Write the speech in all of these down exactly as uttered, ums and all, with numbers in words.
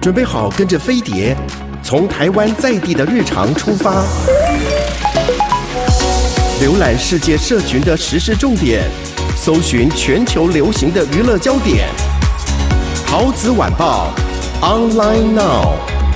准备好跟着飞碟，从台湾在地的日常出发，浏览世界社群的时事重点，搜寻全球流行的娱乐焦点。陶子晚报 Online Now。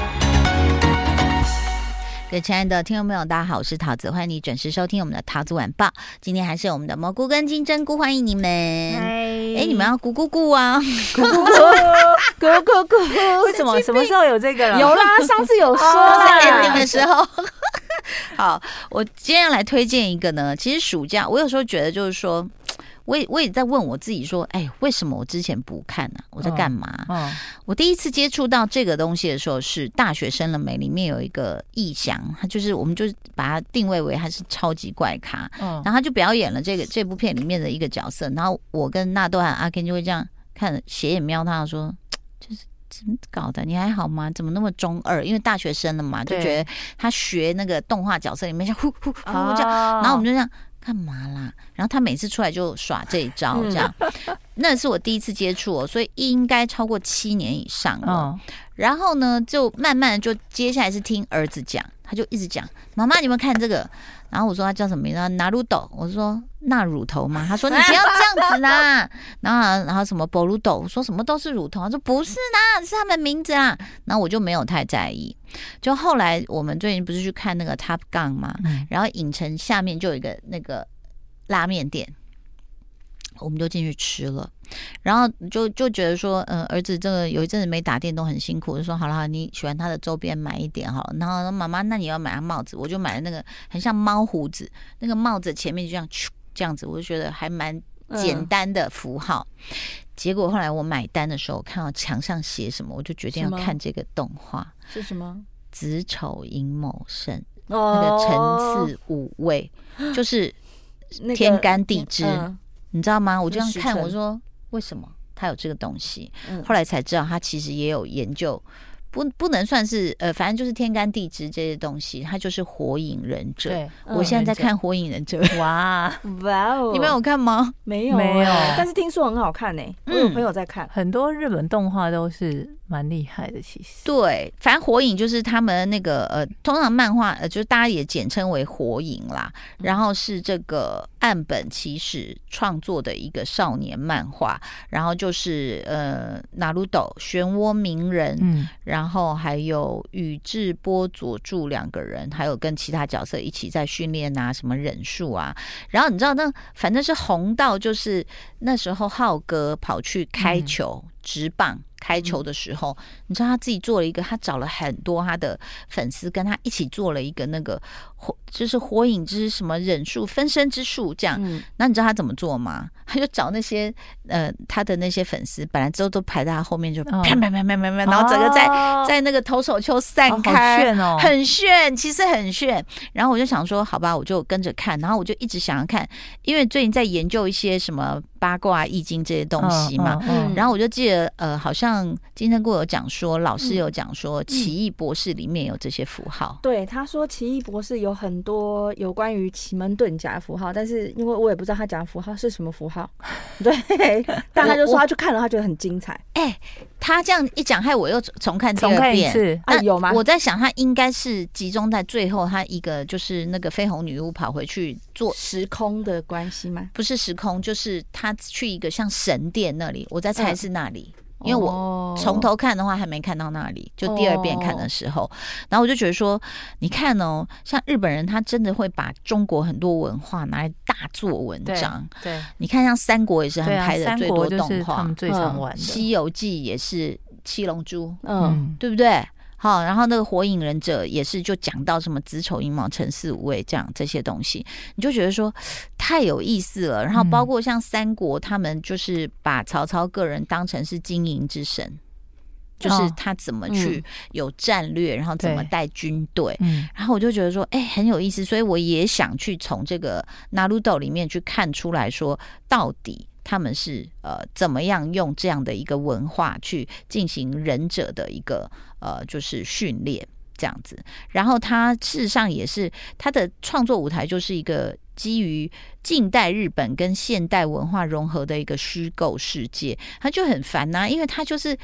各位亲爱的听众朋友，大家好，我是桃子，欢迎你准时收听我们的桃子晚报。今天还是我们的蘑菇跟金针菇，欢迎你们。哎，你们要咕咕咕啊， 咕咕咕咕咕咕，为什么什么时候有这个了？ 有啦，上次有说啦， 在 ending 的时候。好，我今天要来推荐一个呢。其实暑假，我有时候觉得就是说。我也我也在问我自己说，哎，为什么我之前不看呢、啊？我在干嘛、哦哦？我第一次接触到这个东西的时候是《大学生了没》里面有一个义祥，他就是我们就把他定位为他是超级怪咖，哦、然后他就表演了这个这部片里面的一个角色，然后我跟纳豆和阿 Ken 就会这样看斜眼瞄他说，就是怎么搞的？你还好吗？怎么那么中二？因为大学生了嘛，就觉得他学那个动画角色里面像呼呼呼这样，哦、然后我们就这样。干嘛啦？然后他每次出来就耍这一招，这样，嗯、那是我第一次接触哦，所以应该超过七年以上了。哦、然后呢，就慢慢就接下来是听儿子讲，他就一直讲，妈妈，你们看这个。然后我说他叫什么名字？拿乳斗。我说那乳头吗？他说你不要这样子啦。然后然后什么波鲁斗？我说什么都是乳头。他说不是啦，是他们名字啦。然后我就没有太在意。就后来我们最近不是去看那个 Top Gun 嘛，嗯、然后影城下面就有一个那个拉面店，我们就进去吃了。然后就就觉得说，嗯、呃，儿子这个有一阵子没打电动很辛苦，就说好了，你喜欢他的周边买一点好了。然后妈妈，那你要买他帽子，我就买了那个很像猫胡子，那个帽子前面就这样这样子，我就觉得还蛮简单的符号。嗯、结果后来我买单的时候，看到墙上写什么，我就决定要看这个动画是什么？子丑寅卯申，哦、那个辰巳午未，就是天干地支，那個嗯、你知道吗？我就这样看，我说。为什么他有这个东西？嗯、后来才知道，他其实也有研究，不不能算是呃，反正就是天干地支这些东西，他就是火影忍者。对，我现在在看火影忍者。 哇哇哦！ 你们有看吗？ 没有，没有。但是听说很好看呢、欸，我有朋友在看、 嗯，很多日本动画都是蛮厉害的。其实， 对，反正火影就是他们那个呃，通常漫画呃，就是大家也简称为火影啦。然后是这个岸本齐史创作的一个少年漫画，然后就是呃，ナルト漩涡鸣人，嗯，然后还有宇智波佐助两个人，还有跟其他角色一起在训练啊，什么忍术啊。然后你知道那反正是红到就是那时候浩哥跑去开球。嗯直棒开球的时候，你知道他自己做了一个，他找了很多他的粉丝跟他一起做了一个那个火，就是火影之什么忍术分身之术这样。嗯、那你知道他怎么做吗？他就找那些呃他的那些粉丝，本来之后都排在他后面，就啪啪啪啪啪啪，然后整个在、哦、在那个投手丘散开， 哦、好炫哦， 很炫，其实很炫。然后我就想说，好吧，我就跟着看，然后我就一直想要看，因为最近在研究一些什么八卦、易经这些东西嘛。嗯嗯、然后我就记得呃，好像金城顾有讲说，老师有讲说，嗯、奇异博士里面有这些符号。 对，他说奇异博士有很多有关于奇门遁甲的符号，但是因为我也不知道他讲的符号是什么符号，对，但他就说他去看了，他觉得很精彩。 哎、欸，他这样一讲，害我又重看第二遍。 啊，有吗？ 我在想，他应该是集中在最后，他一个就是那个绯红女巫跑回去做时空的关系吗？ 不是时空，就是他去一个像神殿那里，我在猜是那里。嗯因为我从头看的话还没看到那里，就第二遍看的时候，然后我就觉得说，你看哦，像日本人他真的会把中国很多文化拿来大做文章。 对， 你看像三国也是他们拍的最多动画， 就是他们最常玩的。 西游记也是七龙珠，嗯，对不对？好，然后那个火影忍者也是就讲到什么子丑寅卯辰巳午未这样这些东西，你就觉得说太有意思了。然后包括像三国，他们就是把曹操个人当成是经营之神，就是他怎么去有战略，然后怎么带军队。然后我就觉得说，哎，很有意思，所以我也想去从这个 Naruto 里面去看出来说，到底他们是呃怎么样用这样的一个文化去进行忍者的一个呃就是训练这样子。然后他事实上也是他的创作舞台就是一个基于近代日本跟现代文化融合的一个虚构世界，他就很烦啊，因为他就是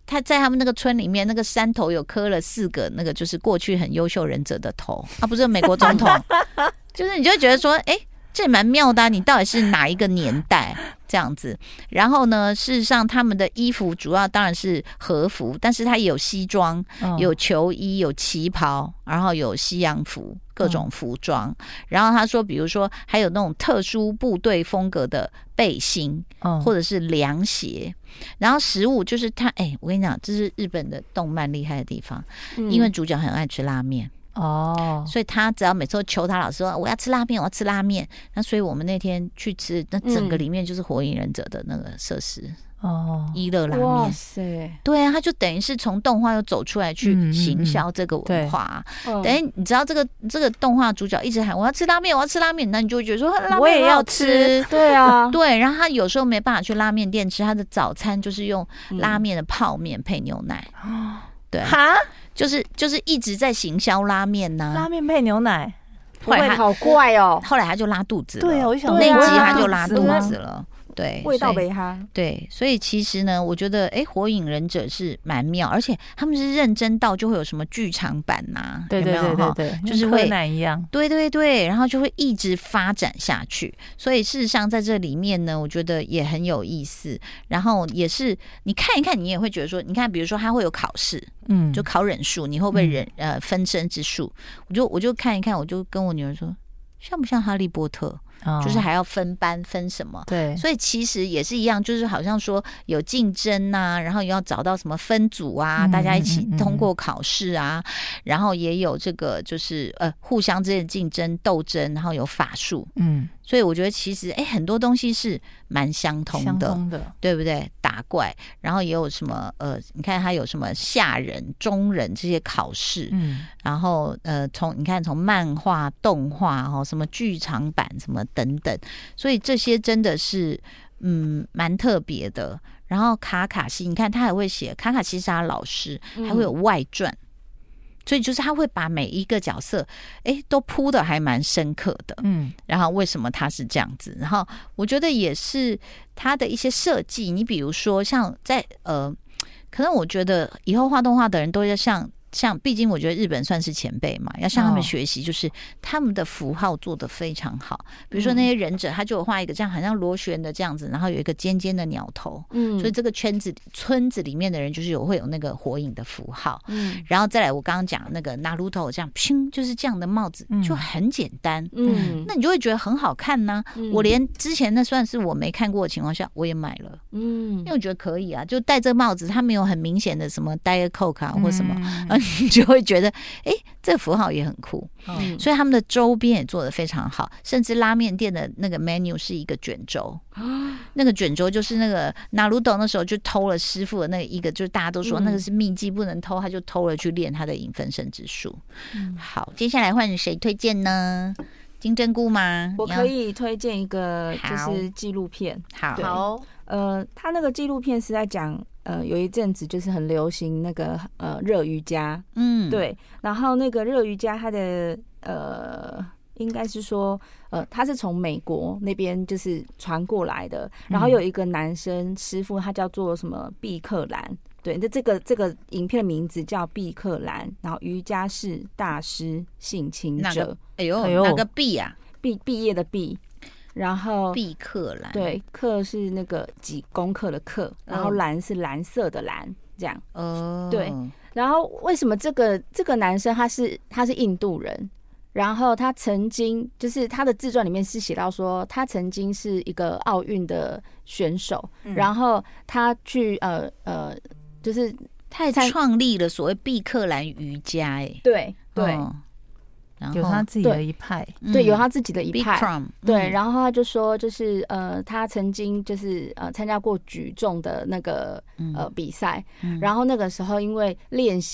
他在他们那个村里面，那个山头有刻了四个那个就是过去很优秀忍者的头，啊，不是美国总统，就是你就会觉得说，哎、欸，这蛮妙的、啊，你到底是哪一个年代这样子？然后呢，事实上他们的衣服主要当然是和服，但是它也有西装、哦、有球衣、有旗袍，然后有西洋服。各种服装、嗯，然后他说，比如说还有那种特殊部队风格的背心，嗯、或者是凉鞋，然后食物就是他，哎、欸，我跟你讲，这是日本的动漫厉害的地方，嗯、因为主角很爱吃拉面哦，所以他只要每次都求他老师说我要吃拉面，我要吃拉面，那所以我们那天去吃，那整个里面就是火影忍者的那个设施。哦，伊乐拉面，哇塞，对啊，他就等于是从动画又走出来去行销这个文化、啊嗯嗯嗯，等于你知道这个这个动画主角一直喊我要吃拉面，我要吃拉面，那你就会觉得说拉面我也要吃， 对啊， 对，然后他有时候没办法去拉面店吃，他的早餐就是用拉面的泡面配牛奶，嗯、对，哈，就是就是一直在行销拉面呐、 啊，拉面配牛奶， 后来好怪哦， 后来他就拉肚子了， 对啊，我想那一集他就拉肚子了。对， 味道没哈。 对，所以其实呢，我觉得，哎，火影忍者是蛮妙，而且他们是认真到就会有什么剧场版呐、啊， 对对对对对， 就是会柯南一样， 对对对，然后就会一直发展下去。所以事实上在这里面呢，我觉得也很有意思。然后也是你看一看，你也会觉得说，你看，比如说他会有考试，嗯，就考忍术，你会不会忍、嗯、呃分身之术？我就我就看一看，我就跟我女儿说，像不像哈利波特？就是还要分班分什么， 对， 所以其实也是一样，就是好像说有竞争啊，然后也要找到什么分组啊，嗯、大家一起通过考试啊、嗯，然后也有这个就是呃互相之间的竞争斗争，然后有法术，嗯，所以我觉得其实哎很多东西是蛮相通的， 相通的， 对不对？打怪，然后也有什么呃，你看它有什么下人、中人这些考试，嗯，然后呃从你看从漫画、动画哦，什么剧场版什么。等等，所以这些真的是嗯蛮特别的。然后卡卡西，你看他还会写，卡卡西是他老师，还会有外传、嗯，所以就是他会把每一个角色，哎，都铺的还蛮深刻的。嗯，然后为什么他是这样子？然后我觉得也是他的一些设计。你比如说像在呃，可能我觉得以后画动画的人都要像。像，毕竟我觉得日本算是前辈嘛，要向他们学习，就是他们的符号做得非常好。比如说那些忍者，他就有画一个这样，好像螺旋的这样子，然后有一个尖尖的鸟头，嗯，所以这个圈子村子里面的人就是有会有那个火影的符号，嗯，然后再来我刚刚讲那个纳鲁头这样，砰，就是这样的帽子，就很简单，嗯，那你就会觉得很好看呢、啊。我连之前那算是我没看过的情况下，我也买了，嗯，因为我觉得可以啊，就戴这帽子，它没有很明显的什么 Diet Coke 啊或什么。嗯你就会觉得，哎、欸，这个符号也很酷、嗯，所以他们的周边也做得非常好，甚至拉面店的那个 menu 是一个卷轴，那个卷轴就是那个纳鲁斗那时候就偷了师傅的那一个，就是大家都说那个是秘籍不能偷，他就偷了去练他的影分身之术、嗯。好，接下来换谁推荐呢？金针菇吗？ 我可以推荐一个，就是纪录片。 好， 好，呃，他那个纪录片是在讲。呃，有一阵子就是很流行那个呃热瑜伽，嗯，对，然后那个热瑜伽它的呃，应该是说呃，它是从美国那边就是传过来的，然后有一个男生师傅，他叫做什么毕克兰，对，那这个这个影片的名字叫毕克兰，然后瑜伽士大师性侵者， 哎呦，哪个毕啊？ 毕毕业的毕。然后毕克兰， 对，克是那个几公克的克，然后蓝是蓝色的蓝，这样。哦，对。然后为什么这个这个男生他是他是印度人，然后他曾经就是他的自传里面是写到说，他曾经是一个奥运的选手，嗯、然后他去呃呃，就是他也创立了所谓毕克兰瑜伽，哎， 对对。 哦有他自己的一派， 对，对有他自己的一派， 嗯、 对。然后他就说，就是呃，他曾经就是呃参加过举重的那个呃比赛、嗯，然后那个时候因为练习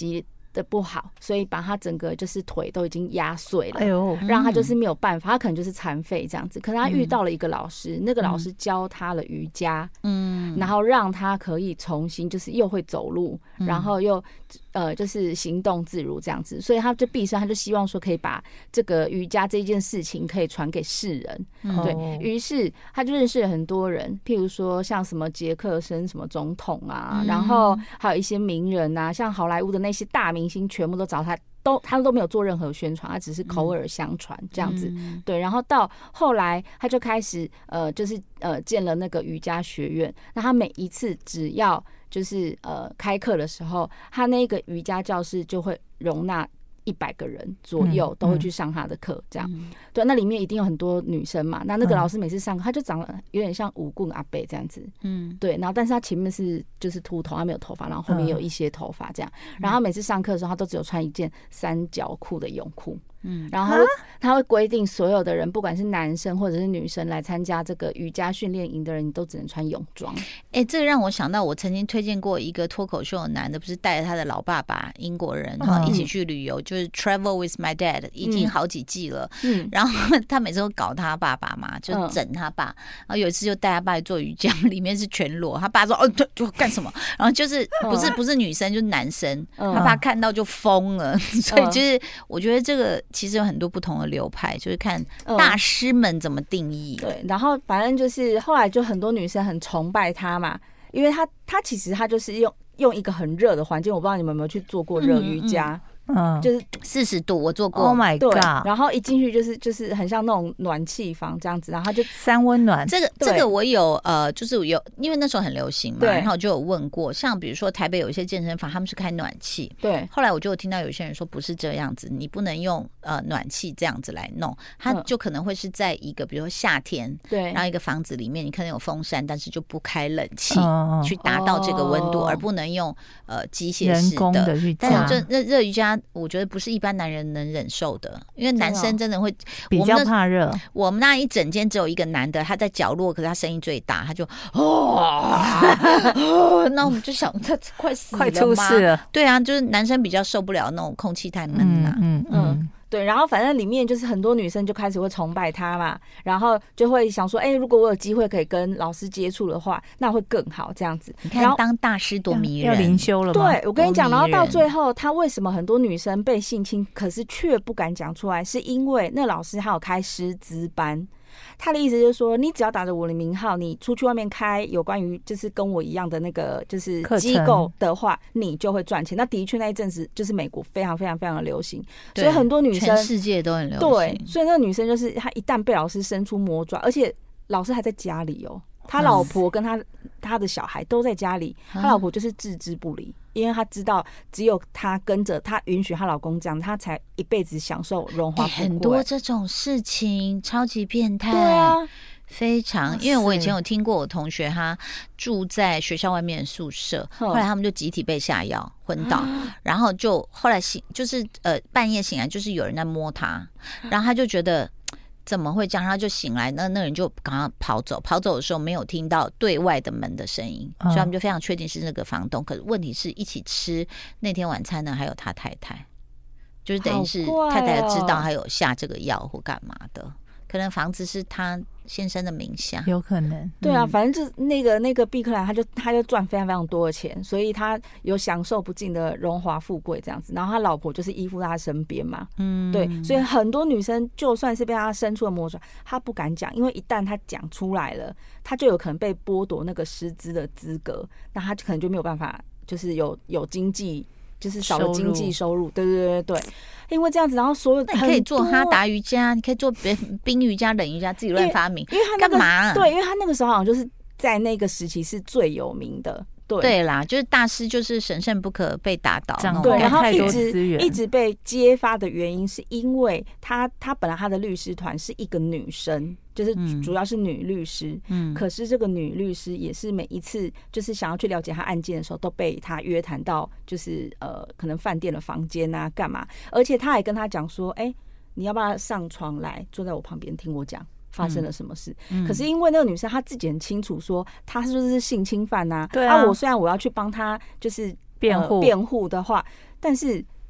的不好，所以把他整个就是腿都已经压碎了，哎呦，让他就是没有办法，他可能就是残废这样子。可是他遇到了一个老师，嗯、那个老师教他了瑜伽，嗯，然后让他可以重新就是又会走路，嗯、然后又呃就是行动自如这样子。所以他就毕生他就希望说可以把这个瑜伽这件事情可以传给世人，嗯、对于是他就认识了很多人，譬如说像什么杰克森什么总统啊，嗯、然后还有一些名人啊，像好莱坞的那些大名。明星全部都找他，都他都没有做任何宣传，他只是口耳相传这样子。嗯、对，然后到后来他就开始呃，就是呃建了那个瑜伽学院。那他每一次只要就是呃开课的时候，他那个瑜伽教室就会容纳一百个人左右都会去上他的课，这样、嗯、对。那里面一定有很多女生嘛，那那个老师每次上课，他就长得有点像舞棍阿伯这样子，嗯，对。然后但是他前面是就是秃头，他没有头发，然后后面有一些头发这样。然后他每次上课的时候，他都只有穿一件三角裤的泳裤。嗯，然后他会他会规定所有的人，不管是男生或者是女生来参加这个瑜伽训练营的人，你都只能穿泳装。 哎、欸，这个让我想到，我曾经推荐过一个脱口秀的男的，不是带着他的老爸爸英国人，然后一起去旅游，嗯、就是 Travel with My Dad， 已经好几季了。嗯，然后他每次都搞他爸爸嘛，就整他爸。然后有一次就带他爸去做瑜伽，里面是全裸，他爸说：“哦，就就干什么？”然后就是不是不是女生，就是男生，嗯、他爸看到就疯了。所以就是我觉得这个。其实有很多不同的流派，就是看大师们怎么定义。 嗯、对，然后反正就是后来就很多女生很崇拜他嘛，因为他他其实他就是用用一个很热的环境，我不知道你们有没有去做过热瑜伽。嗯嗯嗯，就是四十度，我做过。 Oh my god！ 然后一进去就是就是很像那种暖气房这样子，然后他就三温暖。 这个这个我有呃，就是有，因为那时候很流行嘛，然后我就有问过，像比如说台北有一些健身房，他们是开暖气， 对。 后来我就有听到有些人说不是这样子，你不能用呃暖气这样子来弄，它就可能会是在一个比如说夏天，对，然后一个房子里面你可能有风扇，但是就不开冷气，哦、去达到这个温度，哦、而不能用呃机械式的。 人工的去加。 但是这热热瑜伽，我觉得不是一般男人能忍受的，因为男生真的会比较怕热。 我们那一整间只有一个男的，他在角落，可是他声音最大，他就哦，那我们就想他快死了吗？ 快出事了。 对啊，就是男生比较受不了那种空气太闷了。 嗯嗯嗯。 对，然后反正里面就是很多女生就开始会崇拜他嘛，然后就会想说，哎、欸，如果我有机会可以跟老师接触的话，那会更好这样子。 你看，当大师多迷人， 要灵修了吗？ 对，我跟你讲，然后到最后，他为什么很多女生被性侵，可是却不敢讲出来，是因为那老师还有开师资班。他的意思就是说，你只要打着我的名号，你出去外面开有关于就是跟我一样的那个就是机构的话，你就会赚钱。那的确那一阵子就是美国非常非常非常的流行，所以很多女生全世界都很流行。 对，所以那个女生就是她一旦被老师伸出魔爪，而且老师还在家里哦，他老婆跟他他的小孩都在家里，他老婆就是置之不理。因为他知道只有他跟着他允许她老公这样，他才一辈子享受荣华富贵。 很多这种事情超级变态。 对啊， 非常。因为我以前有听过我同学他住在学校外面的宿舍，后来他们就集体被下药昏倒，然后就后来醒就是呃半夜醒来就是有人在摸他，然后他就觉得怎么会这样？他就醒来，那那人就赶快跑走。跑走的时候没有听到对外的门的声音，嗯、所以他们就非常确定是那个房东。可是问题是一起吃那天晚餐呢，还有他太太，就是等于是太太知道他有下这个药或干嘛的。可能房子是他先生的名下， 有可能。 对啊，反正就是那个那个毕克兰，他就他就赚非常非常多的钱，所以他有享受不尽的荣华富贵这样子。然后他老婆就是依附在他身边嘛，嗯，对，所以很多女生就算是被他伸出了魔爪，他不敢讲，因为一旦他讲出来了，他就有可能被剥夺那个师资的资格，那他可能就没有办法，就是有有经济。就是少了经济收入，对对对对，因为这样子，然后所有那你可以做哈达瑜伽，你可以做冰瑜伽、冷瑜伽，自己乱发明， 因为他那个干嘛？ 对，因为他那个时候好像就是在那个时期是最有名的。对, 对啦，就是大师就是神圣不可被打倒， 对，然后一直一直被揭发的原因是因为他他本来他的律师团是一个女生，就是主要是女律师，嗯，可是这个女律师也是每一次就是想要去了解他案件的时候，都被他约谈到就是呃可能饭店的房间啊干嘛，而且他还跟他讲说，哎、欸，你要不要上床来坐在我旁边听我讲发生了什么事、嗯嗯、可是因为那个女生她自己很清楚说她是不是性侵犯啊，对啊，啊我虽然我要去帮她就是辩护辩护的话，但是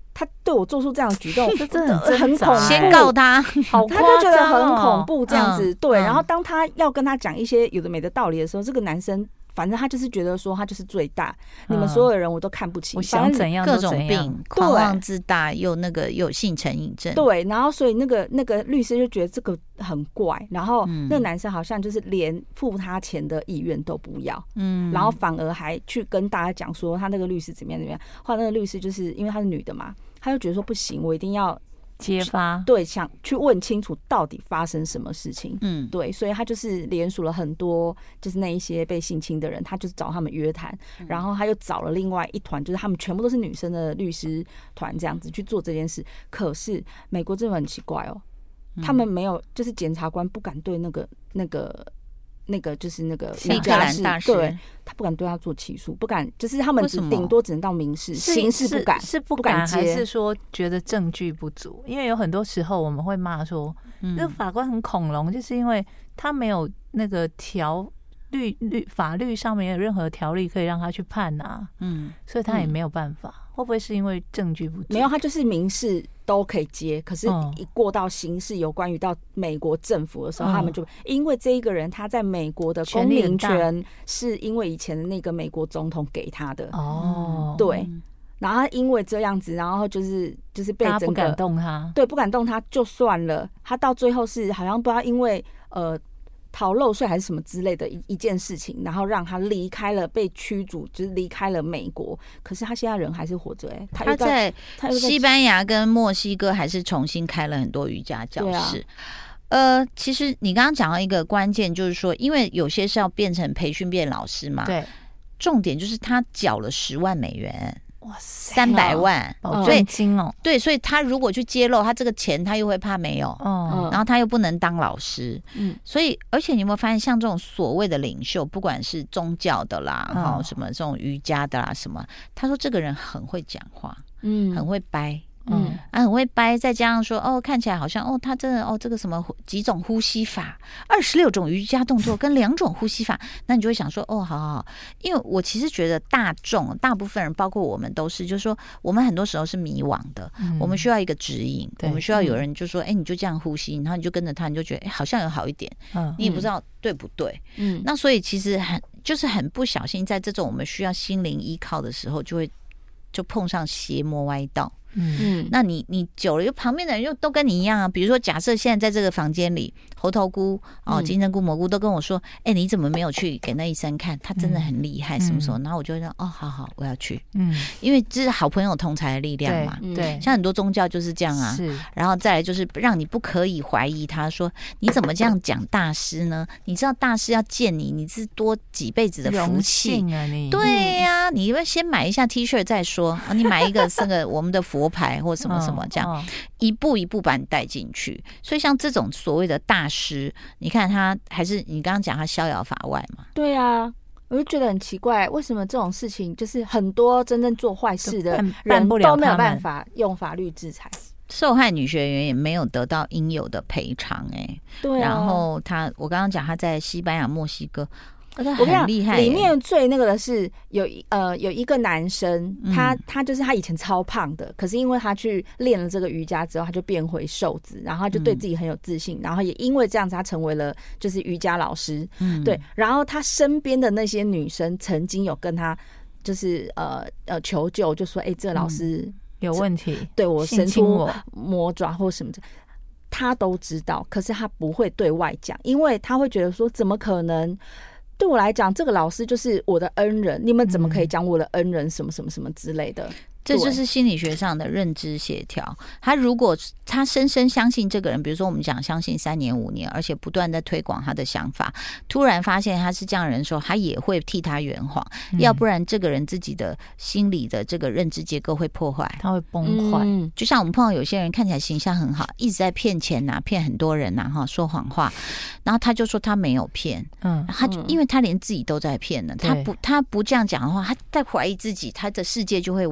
他对我做出这样的举动，真的很恐怖。 先告他， 好，他就觉得很恐怖这样子。对，然后当他要跟他讲一些有的没的道理的时候，这个男生。反正他就是觉得说他就是最大，你们所有的人我都看不起， 我想怎样各种病，狂妄自大，又那个有性成瘾症。 对，然后所以那个那个律师就觉得这个很怪，然后那个男生好像就是连付他钱的意愿都不要，嗯，然后反而还去跟大家讲说他那个律师怎么样怎么样。后来那个律师就是因为她是女的嘛，他就觉得说不行，我一定要。 揭发对，想去问清楚到底发生什么事情。嗯，对，所以他就是联署了很多，就是那一些被性侵的人，他就是找他们约谈，嗯、然后他又找了另外一团，就是他们全部都是女生的律师团，这样子去做这件事。可是美国政府很奇怪哦，他们没有，就是检察官不敢对那个那个。那个就是那个伊格兰大师， 对，他不敢对他做起诉，不敢，就是他们只顶多只能到民事，刑事不敢， 是不敢，还是说觉得证据不足？因为有很多时候我们会骂说，这个法官很恐龙，就是因为他没有那个条律律法律上面有任何条例可以让他去判啊，嗯，所以他也没有办法。会不会是因为证据不足？ 没有，他就是民事都可以接，可是一过到刑事有关于到美国政府的时候，嗯、他们就因为这一个人他在美国的公民权是因为以前的那个美国总统给他的哦，对，然后他因为这样子，然后就是就是被整个不敢动他， 对，不敢动他就算了，他到最后是好像不知道因为呃。逃漏税还是什么之类的一一件事情，然后让他离开了，被驱逐，就是离开了美国。可是他现在人还是活着、欸， 他在西班牙跟墨西哥还是重新开了很多瑜伽教室。呃，其实你刚刚讲到一个关键，就是说，因为有些是要变成培训变老师嘛， 对， 重点就是他缴了十万美元。 哇塞， 三百万保证金哦， 对，所以他如果去揭露，他这个钱他又会怕没有，哦，然后他又不能当老师，嗯，所以而且你有没有发现，像这种所谓的领袖，不管是宗教的啦，哈、嗯，什么这种瑜伽的啦，什么，他说这个人很会讲话，嗯，很会掰。嗯，啊，很会掰，再加上说，哦，看起来好像，哦，他真的，哦，这个什么几种呼吸法，二十六种瑜伽动作跟两种呼吸法，那你就会想说，哦，好好好，因为我其实觉得大众大部分人，包括我们都是，就是说，我们很多时候是迷惘的，嗯、我们需要一个指引，我们需要有人就说，哎、欸，你就这样呼吸，然后你就跟着他，你就觉得，哎、欸，好像有好一点，嗯，你也不知道对不对，嗯，那所以其实很就是很不小心，在这种我们需要心灵依靠的时候，就会就碰上邪魔歪道。嗯，那你你久了，又旁边的人又都跟你一样啊。比如说，假设现在在这个房间里，猴头菇哦、金针菇、蘑菇都跟我说：“哎、欸，你怎么没有去给那医生看？他真的很厉害，什么什么。”然后我就会说：“哦，好好，我要去。”嗯，因为这是好朋友同才的力量嘛。对，像很多宗教就是这样啊。是，然后再来就是让你不可以怀疑他说你怎么这样讲大师呢？你知道大师要见你，你是多几辈子的福气啊！你对呀、啊，你要先买一下 T 恤再说啊，你买一个这个我们的佛牌或什么什么这样、哦哦、一步一步把你带进去。所以像这种所谓的大师，你看他还是你刚刚讲他逍遥法外嘛？ 对啊，我就觉得很奇怪，为什么这种事情就是很多真正做坏事的人都没有办法用法律制裁。 受害女学员也没有得到应有的赔偿，哎，对、啊。然后他，我刚刚讲他在西班牙、墨西哥。我很厉害、欸， 里面最那个的是有呃有一个男生，他他就是他以前超胖的，可是因为他去练了这个瑜伽之后，他就变回瘦子，然后他就对自己很有自信，然后也因为这样子，他成为了就是瑜伽老师，嗯，对。然后他身边的那些女生曾经有跟他就是呃呃求救，就说哎、欸，这老师、嗯、 有问题， 对我伸出魔爪或什么的。他都知道，可是他不会对外讲，因为他会觉得说，怎么可能？对我来讲，这个老师就是我的恩人，你们怎么可以讲我的恩人什么什么什么之类的？ 这就是心理学上的认知协调。他如果他深深相信这个人，比如说我们讲相信三年五年，而且不断在推广他的想法，突然发现他是这样的人的时候，他也会替他圆谎、嗯、要不然这个人自己的心理的这个认知结构会破坏， 他会崩坏、 嗯、就像我们碰到有些人看起来形象很好，一直在骗钱啊，骗很多人啊，说谎话，然后他就说他没有骗，嗯，他就因为他连自己都在骗呢，他不他不这样讲的话，他在怀疑自己，他的世界就会瓦解。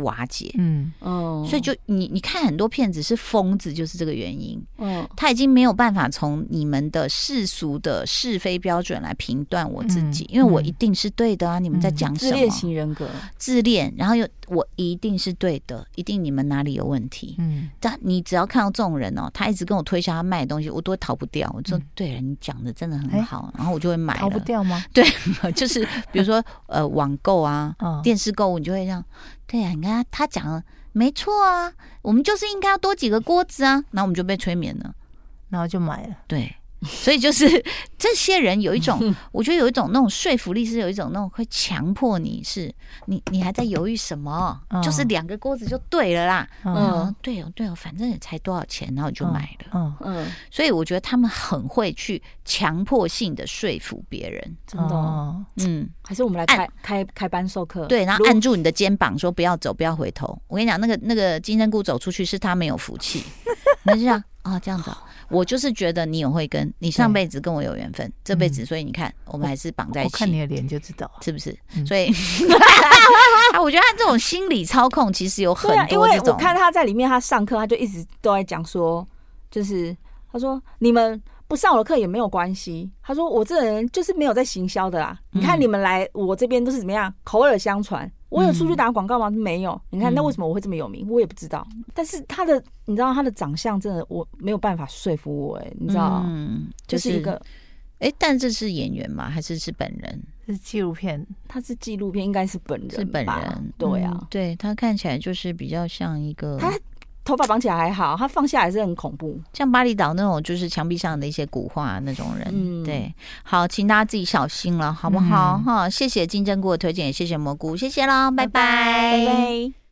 解。嗯哦，所以就你你看很多骗子是疯子，就是这个原因。嗯，他已经没有办法从你们的世俗的是非标准来评断我自己，嗯、因为我一定是对的啊！你们在讲什么？ 自恋型人格， 自恋，然后又我一定是对的，一定你们哪里有问题？嗯，但你只要看到这种人哦，他一直跟我推销他卖的东西，我都会逃不掉。我说、嗯、对了，你讲的真的很好，然后我就会买了。 逃不掉吗？ 对，就是比如说呃网购啊、哦、电视购物，你就会这样。对啊，你看他他讲了没错啊，我们就是应该要多几个锅子啊，然后我们就被催眠了， 然后就买了。 对。所以就是这些人有一种，我觉得有一种那种说服力，是有一种那种会强迫你是你你还在犹豫什么？嗯、就是两个锅子就对了啦。嗯，嗯对哦对哦，反正也才多少钱，然后就买了。嗯嗯，所以我觉得他们很会去强迫性的说服别人， 真的。哦、嗯，还是我们来开开开班授课， 对，然后按住你的肩膀说不要走，不要回头。我跟你讲，那个那个金针菇走出去是他没有福气，那就这样啊、哦，这样子。我就是觉得你有慧根，你上辈子跟我有缘分，这辈子所以你看我们还是绑在一起。 我看你的脸就知道是不是？嗯、所以我觉得他这种心理操控其实有很多这种。 因为我看他在里面，他上课他就一直都在讲说，就是他说你们不上我的课也没有关系。他说我这人就是没有在行销的啦。你看你们来我这边都是怎么样，口耳相传。我有出去打广告吗？没有。你看，那为什么我会这么有名？我也不知道。但是他的，你知道他的长相真的，我没有办法说服我。哎，你知道，嗯，就是一个， 哎，但这是演员吗？还是是本人？ 是纪录片， 他是纪录片，应该是本人， 是本人。 对啊， 嗯、对他看起来就是比较像一个他。头发绑起来还好，他放下来是很恐怖， 像巴厘岛那种就是墙壁上的一些古画那种人。嗯，对，好，请大家自己小心了，好不好？哈、嗯，谢谢金针菇的推荐，也谢谢蘑菇，谢谢啦，拜拜， 拜拜。